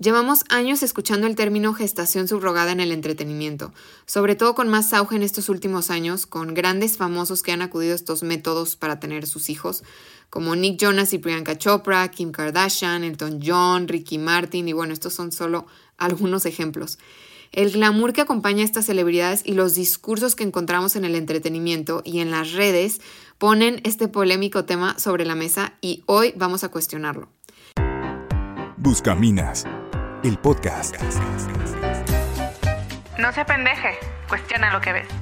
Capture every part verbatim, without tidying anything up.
Llevamos años escuchando el término gestación subrogada en el entretenimiento, sobre todo con más auge en estos últimos años, con grandes famosos que han acudido a estos métodos para tener sus hijos, como Nick Jonas y Priyanka Chopra, Kim Kardashian, Elton John, Ricky Martin, y bueno, estos son solo algunos ejemplos. El glamour que acompaña a estas celebridades y los discursos que encontramos en el entretenimiento y en las redes ponen este polémico tema sobre la mesa y hoy vamos a cuestionarlo. Buscaminas, el podcast. No se apendeje, cuestiona lo que ves.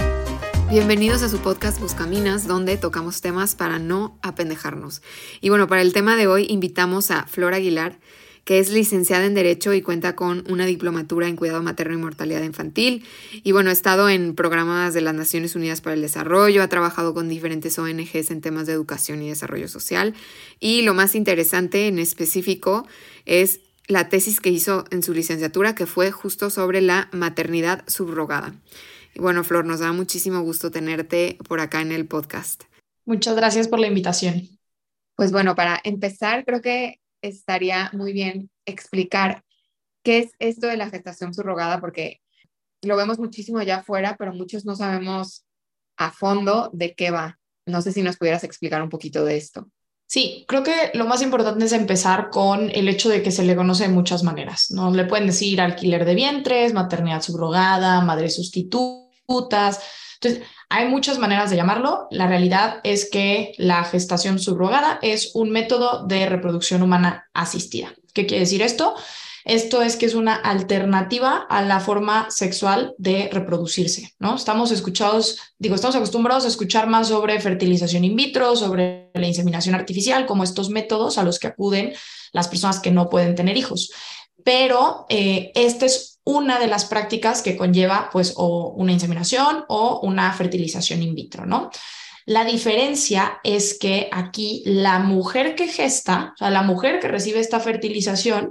Bienvenidos a su podcast Buscaminas, donde tocamos temas para no apendejarnos. Y bueno, para el tema de hoy invitamos a Flor Aguilar, que es licenciada en Derecho y cuenta con una diplomatura en Cuidado Materno y Mortalidad Infantil. Y bueno, ha estado en programas de las Naciones Unidas para el Desarrollo, ha trabajado con diferentes O N Ges en temas de educación y desarrollo social. Y lo más interesante en específico es la tesis que hizo en su licenciatura, que fue justo sobre la maternidad subrogada. Y bueno, Flor, nos da muchísimo gusto tenerte por acá en el podcast. Muchas gracias por la invitación. Pues bueno, para empezar, creo que estaría muy bien explicar qué es esto de la gestación subrogada, porque lo vemos muchísimo allá afuera, pero muchos no sabemos a fondo de qué va. No sé si nos pudieras explicar un poquito de esto. Sí, creo que lo más importante es empezar con el hecho de que se le conoce de muchas maneras, ¿no? Le pueden decir alquiler de vientres, maternidad subrogada, madres sustitutas. Entonces, hay muchas maneras de llamarlo. La realidad es que la gestación subrogada es un método de reproducción humana asistida. ¿Qué quiere decir esto? Esto es que es una alternativa a la forma sexual de reproducirse, ¿no? Estamos escuchados, digo, estamos acostumbrados a escuchar más sobre fertilización in vitro, sobre la inseminación artificial, como estos métodos a los que acuden las personas que no pueden tener hijos. Pero eh, esta es una de las prácticas que conlleva, pues, o una inseminación o una fertilización in vitro, ¿no? La diferencia es que aquí la mujer que gesta, o sea, la mujer que recibe esta fertilización,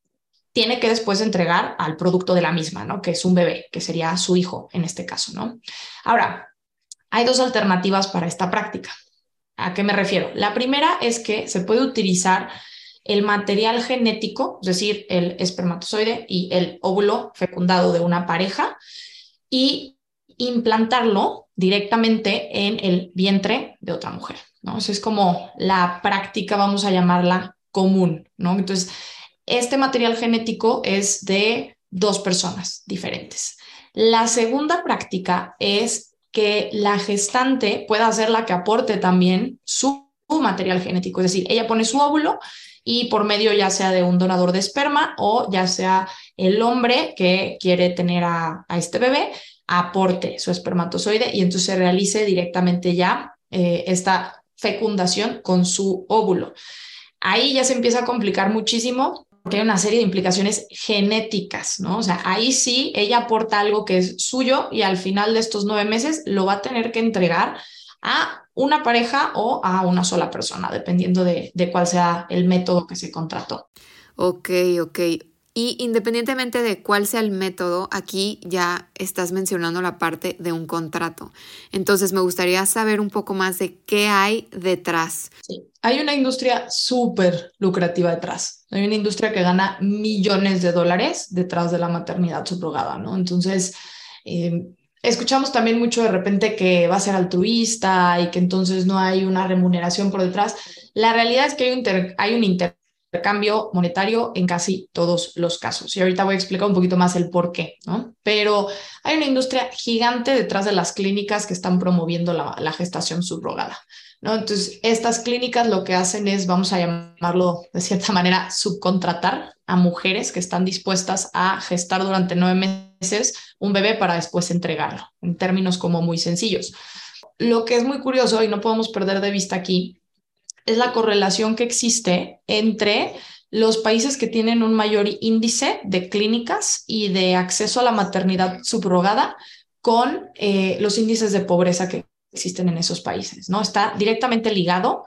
tiene que después entregar al producto de la misma, ¿no? Que es un bebé, que sería su hijo en este caso, ¿no? Ahora, hay dos alternativas para esta práctica. ¿A qué me refiero? La primera es que se puede utilizar el material genético, es decir, el espermatozoide y el óvulo fecundado de una pareja, y implantarlo directamente en el vientre de otra mujer, ¿no? Esa es como la práctica, vamos a llamarla común, ¿no? Entonces, este material genético es de dos personas diferentes. La segunda práctica es que la gestante pueda ser la que aporte también su, su material genético, es decir, ella pone su óvulo y por medio ya sea de un donador de esperma o ya sea el hombre que quiere tener a, a este bebé, aporte su espermatozoide y entonces se realice directamente ya eh, esta fecundación con su óvulo. Ahí ya se empieza a complicar muchísimo porque hay una serie de implicaciones genéticas, ¿no? O sea, ahí sí ella aporta algo que es suyo y al final de estos nueve meses lo va a tener que entregar a una pareja o a una sola persona, dependiendo de, de cuál sea el método que se contrató. Ok, ok. Y independientemente de cuál sea el método, aquí ya estás mencionando la parte de un contrato. Entonces me gustaría saber un poco más de qué hay detrás. Sí, hay una industria súper lucrativa detrás. Hay una industria que gana millones de dólares detrás de la maternidad subrogada, ¿no? Entonces, eh, escuchamos también mucho de repente que va a ser altruista y que entonces no hay una remuneración por detrás. La realidad es que hay un, inter- hay un inter cambio monetario en casi todos los casos. Y ahorita voy a explicar un poquito más el por qué, ¿no? Pero hay una industria gigante detrás de las clínicas que están promoviendo la, la gestación subrogada, ¿no? Entonces, estas clínicas lo que hacen es, vamos a llamarlo de cierta manera, subcontratar a mujeres que están dispuestas a gestar durante nueve meses un bebé para después entregarlo, en términos como muy sencillos. Lo que es muy curioso y no podemos perder de vista aquí es la correlación que existe entre los países que tienen un mayor índice de clínicas y de acceso a la maternidad subrogada con eh, los índices de pobreza que existen en esos países, ¿no? Está directamente ligado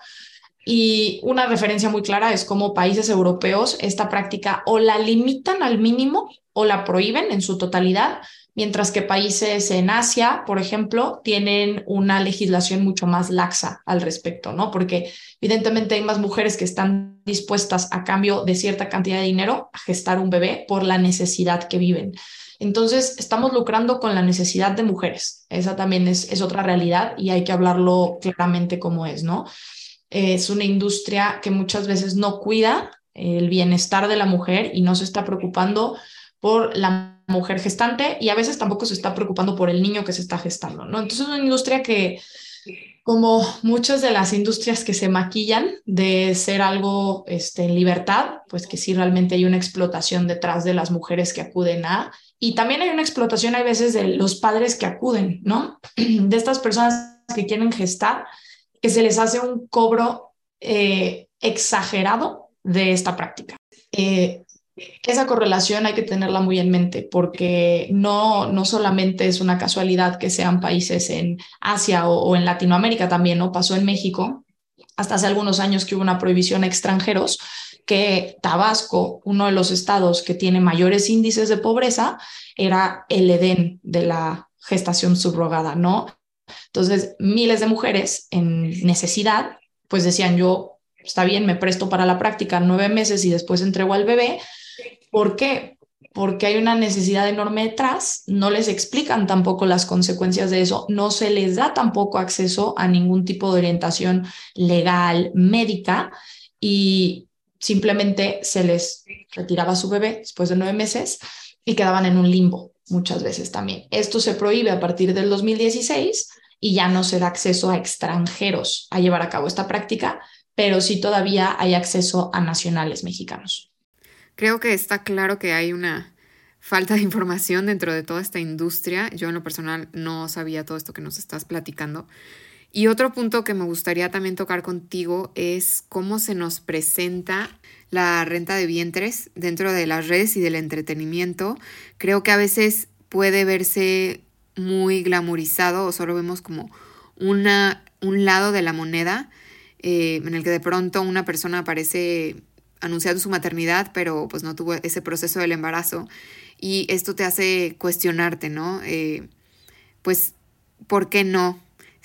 y una referencia muy clara es cómo países europeos esta práctica o la limitan al mínimo o la prohíben en su totalidad, mientras que países en Asia, por ejemplo, tienen una legislación mucho más laxa al respecto, ¿no? Porque evidentemente hay más mujeres que están dispuestas a cambio de cierta cantidad de dinero a gestar un bebé por la necesidad que viven. Entonces, estamos lucrando con la necesidad de mujeres. Esa también es, es otra realidad y hay que hablarlo claramente como es, ¿no? Es una industria que muchas veces no cuida el bienestar de la mujer y no se está preocupando por la mujer gestante y a veces tampoco se está preocupando por el niño que se está gestando, ¿no? Entonces es una industria que, como muchas de las industrias que se maquillan de ser algo este, en libertad, pues que sí realmente hay una explotación detrás de las mujeres que acuden a, y también hay una explotación a veces de los padres que acuden, ¿no? De estas personas que quieren gestar, que se les hace un cobro eh, exagerado de esta práctica. Eh, esa correlación hay que tenerla muy en mente porque no, no solamente es una casualidad que sean países en Asia o, o en Latinoamérica también, ¿no? Pasó en México hasta hace algunos años que hubo una prohibición a extranjeros, que Tabasco, uno de los estados que tiene mayores índices de pobreza, era el Edén de la gestación subrogada, ¿no? Entonces, miles de mujeres en necesidad, pues decían yo, está bien, me presto para la práctica nueve meses y después entrego al bebé. ¿Por qué? Porque hay una necesidad enorme detrás, no les explican tampoco las consecuencias de eso, no se les da tampoco acceso a ningún tipo de orientación legal, médica, y simplemente se les retiraba su bebé después de nueve meses y quedaban en un limbo muchas veces también. Esto se prohíbe a partir del dos mil dieciséis y ya no se da acceso a extranjeros a llevar a cabo esta práctica, pero sí todavía hay acceso a nacionales mexicanos. Creo que está claro que hay una falta de información dentro de toda esta industria. Yo en lo personal no sabía todo esto que nos estás platicando. Y otro punto que me gustaría también tocar contigo es cómo se nos presenta la renta de vientres dentro de las redes y del entretenimiento. Creo que a veces puede verse muy glamorizado o solo vemos como una, un lado de la moneda eh, en el que de pronto una persona aparece anunciando su maternidad, pero pues no tuvo ese proceso del embarazo. Y esto te hace cuestionarte, ¿no? Eh, pues, ¿por qué no?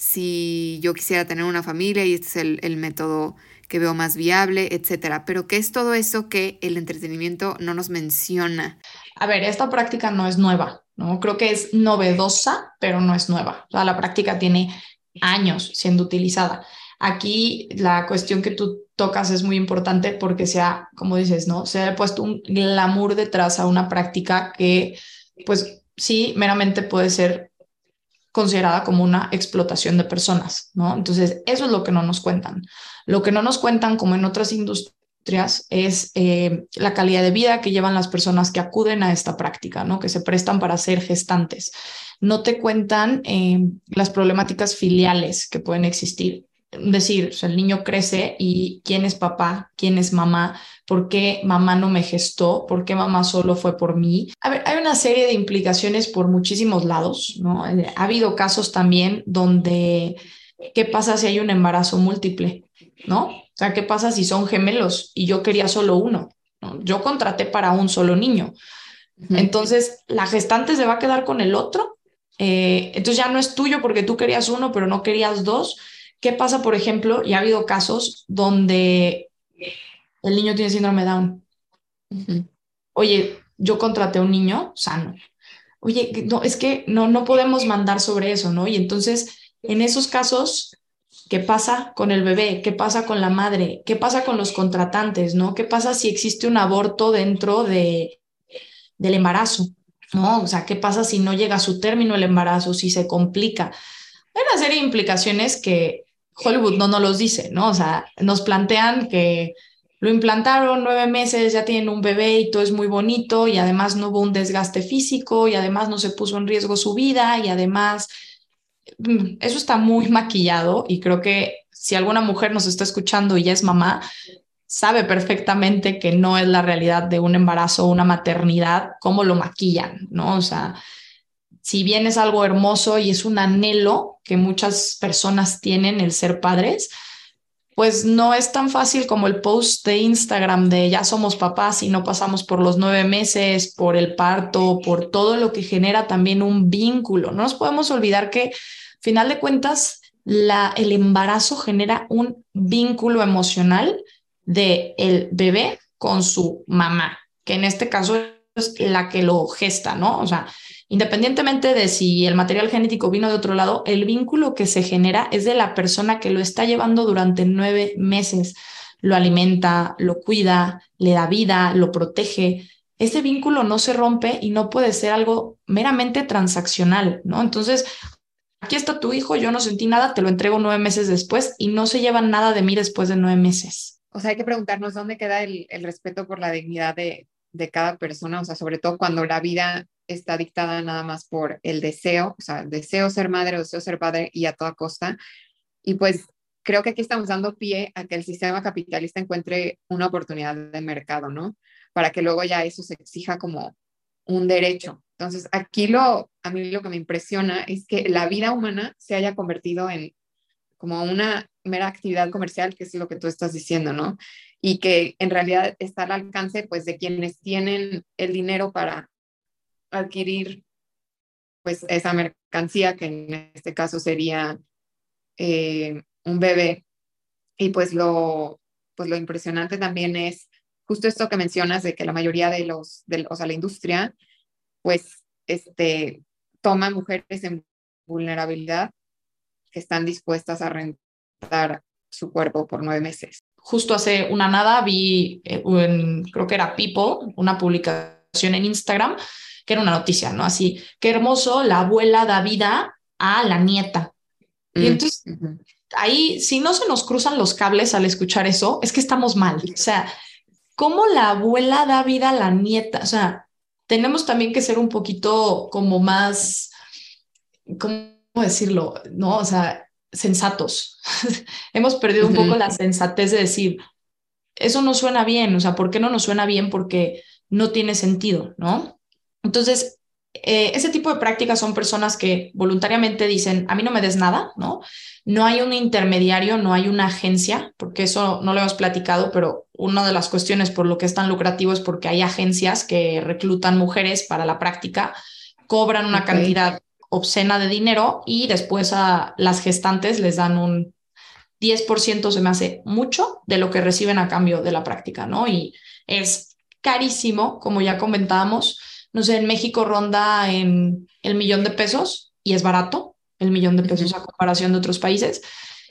Si yo quisiera tener una familia y este es el, el método que veo más viable, etcétera. Pero ¿qué es todo eso que el entretenimiento no nos menciona? A ver, esta práctica no es nueva, ¿no? Creo que es novedosa, pero no es nueva. O sea, la práctica tiene años siendo utilizada. Aquí la cuestión que tú tocas es muy importante porque se ha, como dices, ¿no? Se ha puesto un glamour detrás a una práctica que, pues sí, meramente puede ser considerada como una explotación de personas, ¿no? Entonces, eso es lo que no nos cuentan. Lo que no nos cuentan, como en otras industrias, es eh, la calidad de vida que llevan las personas que acuden a esta práctica, ¿no? Que se prestan para ser gestantes. No te cuentan eh, las problemáticas filiales que pueden existir. Es decir, o sea, el niño crece y quién es papá, quién es mamá, por qué mamá no me gestó, por qué mamá solo fue por mí. A ver, hay una serie de implicaciones por muchísimos lados, ¿no? Ha habido casos también donde, ¿qué pasa si hay un embarazo múltiple, ¿no? O sea, ¿qué pasa si son gemelos y yo quería solo uno, ¿no? Yo contraté para un solo niño. Uh-huh. Entonces, ¿la gestante se va a quedar con el otro? Eh, entonces ya no es tuyo porque tú querías uno, pero no querías dos. ¿Qué pasa, por ejemplo? Y ha habido casos donde el niño tiene síndrome de Down. Uh-huh. Oye, yo contraté a un niño sano. Oye, no, es que no, no podemos mandar sobre eso, ¿no? Y entonces, en esos casos, ¿qué pasa con el bebé? ¿Qué pasa con la madre? ¿Qué pasa con los contratantes, no? ¿Qué pasa si existe un aborto dentro de, del embarazo, ¿no? O sea, ¿qué pasa si no llega a su término el embarazo, si se complica? Hay una serie de implicaciones que Hollywood no nos los dice, ¿no? O sea, nos plantean que lo implantaron nueve meses, ya tienen un bebé y todo es muy bonito y además no hubo un desgaste físico y además no se puso en riesgo su vida y además eso está muy maquillado y creo que si alguna mujer nos está escuchando y ya es mamá, sabe perfectamente que no es la realidad de un embarazo o una maternidad, cómo lo maquillan, ¿no? O sea, si bien es algo hermoso y es un anhelo que muchas personas tienen el ser padres, pues no es tan fácil como el post de Instagram de ya somos papás y no pasamos por los nueve meses, por el parto, por todo lo que genera también un vínculo. No nos podemos olvidar que, al final de cuentas, la, el embarazo genera un vínculo emocional de el bebé con su mamá, que en este caso es la que lo gesta, ¿no? O sea, independientemente de si el material genético vino de otro lado, el vínculo que se genera es de la persona que lo está llevando durante nueve meses. Lo alimenta, lo cuida, le da vida, lo protege. Ese vínculo no se rompe y no puede ser algo meramente transaccional, ¿no? Entonces, aquí está tu hijo, yo no sentí nada, te lo entrego nueve meses después y no se llevan nada de mí después de nueve meses. O sea, hay que preguntarnos dónde queda el, el respeto por la dignidad de, de cada persona, o sea, sobre todo cuando la vida está dictada nada más por el deseo, o sea, deseo ser madre, deseo ser padre y a toda costa. Y pues creo que aquí estamos dando pie a que el sistema capitalista encuentre una oportunidad de mercado, ¿no? Para que luego ya eso se exija como un derecho. Entonces, aquí lo, a mí lo que me impresiona es que la vida humana se haya convertido en como una mera actividad comercial, que es lo que tú estás diciendo, ¿no? Y que en realidad está al alcance, pues, de quienes tienen el dinero para adquirir, pues, esa mercancía, que en este caso sería eh, un bebé. Y pues lo, pues lo impresionante también es justo esto que mencionas de que la mayoría de los, de, o sea, la industria, pues, este, toma mujeres en vulnerabilidad que están dispuestas a rentar su cuerpo por nueve meses. Justo hace una nada vi, eh, un, creo que era People, una publicación en Instagram, que era una noticia, ¿no? Así, qué hermoso, la abuela da vida a la nieta. Y entonces, uh-huh. ahí, si no se nos cruzan los cables al escuchar eso, es que estamos mal. O sea, ¿cómo la abuela da vida a la nieta? O sea, tenemos también que ser un poquito como más, ¿cómo decirlo? ¿No? O sea, sensatos. Hemos perdido un poco la sensatez de decir, eso no suena bien. O sea, ¿por qué no nos suena bien? Porque no tiene sentido, ¿no? Entonces, eh, ese tipo de prácticas son personas que voluntariamente dicen, a mí no me des nada, ¿no? No hay un intermediario, no hay una agencia, porque eso no lo hemos platicado, pero una de las cuestiones por lo que es tan lucrativo es porque hay agencias que reclutan mujeres para la práctica, cobran una okay. cantidad obscena de dinero y después a las gestantes les dan un diez por ciento, se me hace mucho, de lo que reciben a cambio de la práctica, ¿no? Y es carísimo, como ya comentábamos. No sé, en México ronda en el millón de pesos y es barato el millón de pesos uh-huh. a comparación de otros países.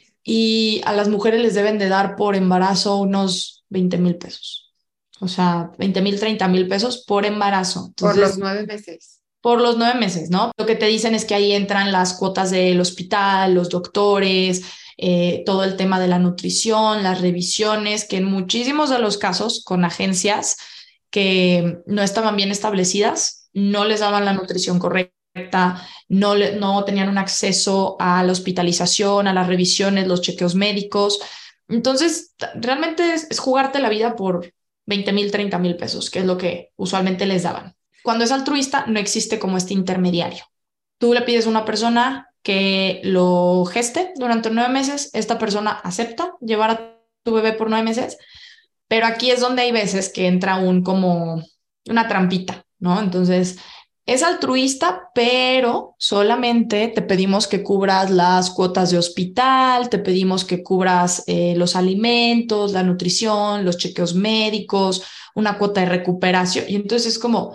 Y a las mujeres les deben de dar por embarazo unos veinte mil pesos. O sea, veinte mil, treinta mil pesos por embarazo. Entonces, por los nueve meses. Por los nueve meses, ¿no? Lo que te dicen es que ahí entran las cuotas del hospital, los doctores, eh, todo el tema de la nutrición, las revisiones, que en muchísimos de los casos con agencias que no estaban bien establecidas, no les daban la nutrición correcta, no, le, no tenían un acceso a la hospitalización, a las revisiones, los chequeos médicos. Entonces, realmente es, es jugarte la vida por veinte mil, treinta mil pesos, que es lo que usualmente les daban. Cuando es altruista, no existe como este intermediario. Tú le pides a una persona que lo geste durante nueve meses, esta persona acepta llevar a tu bebé por nueve meses, pero aquí es donde hay veces que entra un como una trampita, ¿no? Entonces, es altruista, pero solamente te pedimos que cubras las cuotas de hospital, te pedimos que cubras eh, los alimentos, la nutrición, los chequeos médicos, una cuota de recuperación. Y entonces es como,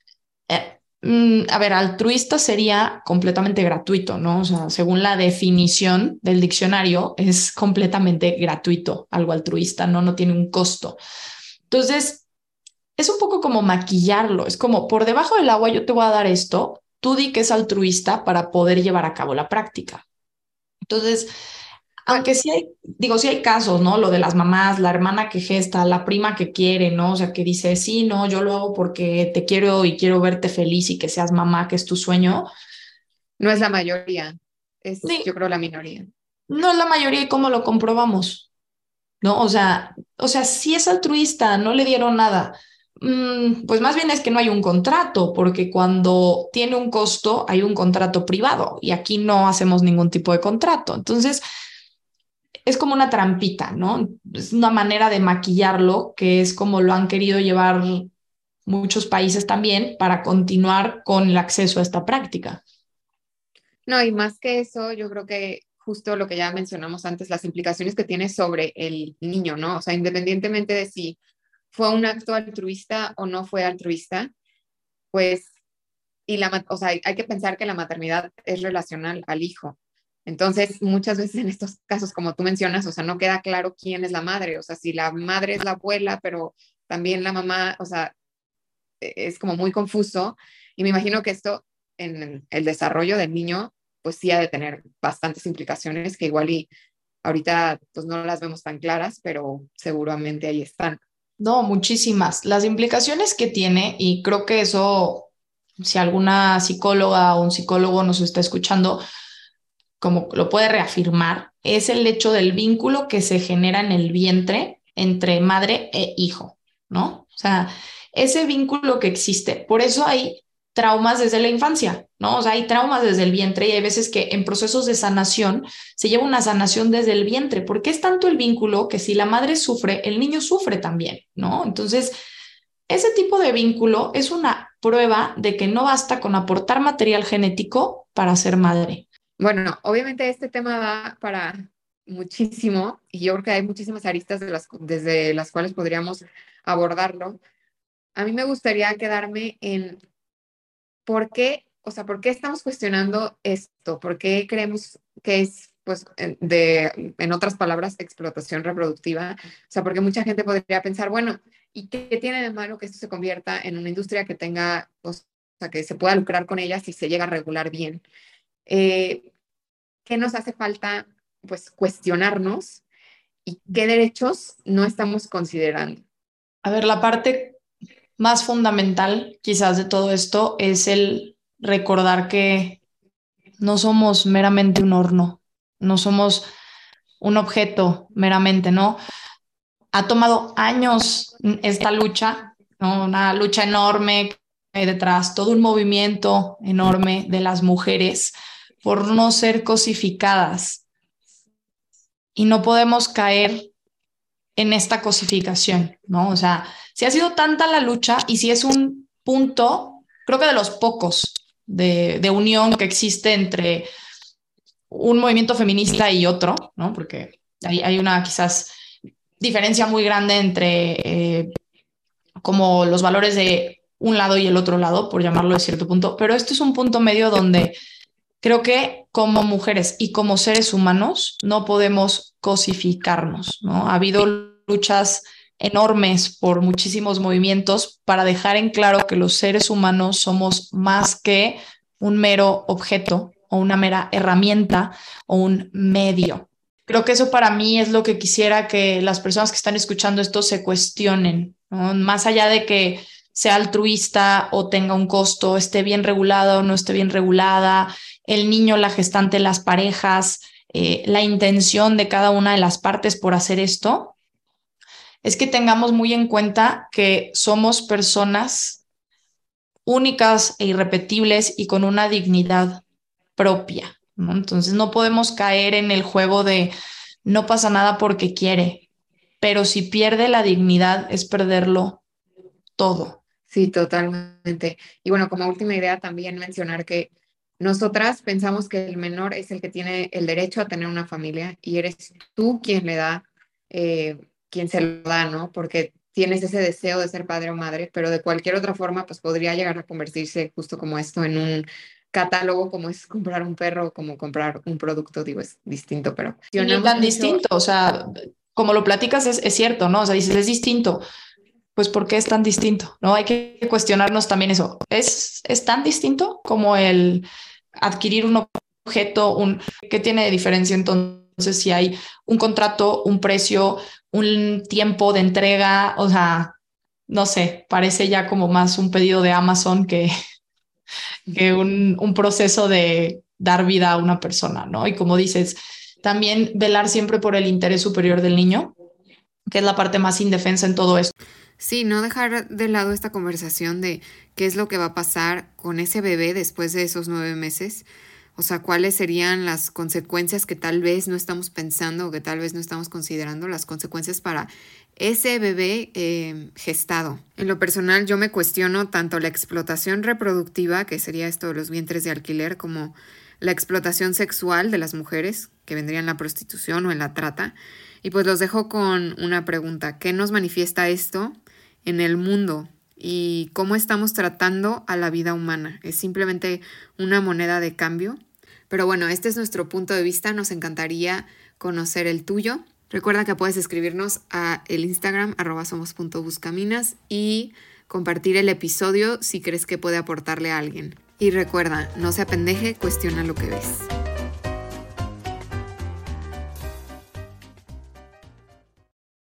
eh, mm, a ver, altruista sería completamente gratuito, ¿no? O sea, según la definición del diccionario, es completamente gratuito algo altruista, ¿no? No tiene un costo. Entonces, es un poco como maquillarlo, es como por debajo del agua yo te voy a dar esto, tú di que es altruista para poder llevar a cabo la práctica. Entonces, aunque sí hay, digo, sí hay casos, ¿no? Lo de las mamás, la hermana que gesta, la prima que quiere, ¿no? O sea, que dice, sí, no, yo lo hago porque te quiero y quiero verte feliz y que seas mamá, que es tu sueño. No es la mayoría, es sí. Yo creo la minoría. No es la mayoría y cómo lo comprobamos, ¿no? O sea, o sea, sí es altruista, no le dieron nada. Pues más bien es que no hay un contrato, porque cuando tiene un costo hay un contrato privado y aquí no hacemos ningún tipo de contrato. Entonces, es como una trampita, ¿no? Es una manera de maquillarlo, que es como lo han querido llevar muchos países también para continuar con el acceso a esta práctica. No, y más que eso, yo creo que justo lo que ya mencionamos antes, las implicaciones que tiene sobre el niño, ¿no? O sea, independientemente de si fue un acto altruista o no fue altruista, pues, y la, o sea, hay que pensar que la maternidad es relacional al hijo. Entonces, muchas veces en estos casos, como tú mencionas, o sea, no queda claro quién es la madre, o sea, si la madre es la abuela, pero también la mamá, o sea, es como muy confuso. Y me imagino que esto en el desarrollo del niño, pues sí ha de tener bastantes implicaciones que igual y ahorita pues no las vemos tan claras, pero seguramente ahí están. No, muchísimas. Las implicaciones que tiene, y creo que eso, si alguna psicóloga o un psicólogo nos está escuchando, como lo puede reafirmar, es el hecho del vínculo que se genera en el vientre entre madre e hijo, ¿no? O sea, ese vínculo que existe. Por eso hay traumas desde la infancia, ¿no? O sea, hay traumas desde el vientre y hay veces que en procesos de sanación se lleva una sanación desde el vientre, porque es tanto el vínculo que si la madre sufre, el niño sufre también, ¿no? Entonces, ese tipo de vínculo es una prueba de que no basta con aportar material genético para ser madre. Bueno, obviamente este tema va para muchísimo y yo creo que hay muchísimas aristas de las, desde las cuales podríamos abordarlo. A mí me gustaría quedarme en por qué, o sea, por qué estamos cuestionando esto, por qué creemos que es, pues, de, en otras palabras, explotación reproductiva. O sea, porque mucha gente podría pensar, bueno, ¿y qué tiene de malo que esto se convierta en una industria que tenga, o sea, que se pueda lucrar con ella si se llega a regular bien? Eh, ¿Qué nos hace falta, pues, cuestionarnos y qué derechos no estamos considerando? A ver, la parte más fundamental quizás de todo esto es el recordar que no somos meramente un horno, no somos un objeto meramente, ¿no? Ha tomado años esta lucha, ¿no? Una lucha enorme que hay detrás, todo un movimiento enorme de las mujeres por no ser cosificadas y no podemos caer en esta cosificación, ¿no? O sea, si ha sido tanta la lucha y si es un punto, creo que de los pocos de, de unión que existe entre un movimiento feminista y otro, ¿no? Porque hay, hay una quizás diferencia muy grande entre eh, como los valores de un lado y el otro lado, por llamarlo de cierto punto, pero este es un punto medio donde creo que como mujeres y como seres humanos no podemos cosificarnos, ¿no? Ha habido luchas enormes por muchísimos movimientos para dejar en claro que los seres humanos somos más que un mero objeto o una mera herramienta o un medio. Creo que eso para mí es lo que quisiera que las personas que están escuchando esto se cuestionen, ¿no? Más allá de que sea altruista o tenga un costo, esté bien regulada o no esté bien regulada, el niño, la gestante, las parejas, eh, la intención de cada una de las partes por hacer esto, es que tengamos muy en cuenta que somos personas únicas e irrepetibles y con una dignidad propia, ¿no? Entonces no podemos caer en el juego de no pasa nada porque quiere, pero si pierde la dignidad es perderlo todo. Sí, totalmente. Y bueno, como última idea también mencionar que nosotras pensamos que el menor es el que tiene el derecho a tener una familia y eres tú quien le da, eh, quien se lo da, ¿no? Porque tienes ese deseo de ser padre o madre, pero de cualquier otra forma, pues podría llegar a convertirse justo como esto en un catálogo, como es comprar un perro, como comprar un producto, digo, es distinto, pero... Y ni tan mucho... distinto, o sea, como lo platicas es, es cierto, ¿no? O sea, dices, es distinto. Pues ¿por qué es tan distinto? ¿No? Hay que cuestionarnos también eso. ¿Es, es tan distinto como el adquirir un objeto? Un, ¿qué tiene de diferencia entonces si hay un contrato, un precio, un tiempo de entrega? O sea, no sé, parece ya como más un pedido de Amazon que, que un, un proceso de dar vida a una persona, ¿no? Y como dices, también velar siempre por el interés superior del niño, que es la parte más indefensa en todo esto. Sí, no dejar de lado esta conversación de qué es lo que va a pasar con ese bebé después de esos nueve meses. O sea, ¿cuáles serían las consecuencias que tal vez no estamos pensando o que tal vez no estamos considerando? Las consecuencias para ese bebé eh, gestado. En lo personal, yo me cuestiono tanto la explotación reproductiva, que sería esto de los vientres de alquiler, como la explotación sexual de las mujeres, que vendría en la prostitución o en la trata. Y pues los dejo con una pregunta. ¿Qué nos manifiesta esto en el mundo? ¿Y cómo estamos tratando a la vida humana? ¿Es simplemente una moneda de cambio? Pero bueno, este es nuestro punto de vista. Nos encantaría conocer el tuyo. Recuerda que puedes escribirnos a el Instagram arroba somos punto buscaminas y compartir el episodio si crees que puede aportarle a alguien. Y recuerda, no se apendeje, cuestiona lo que ves.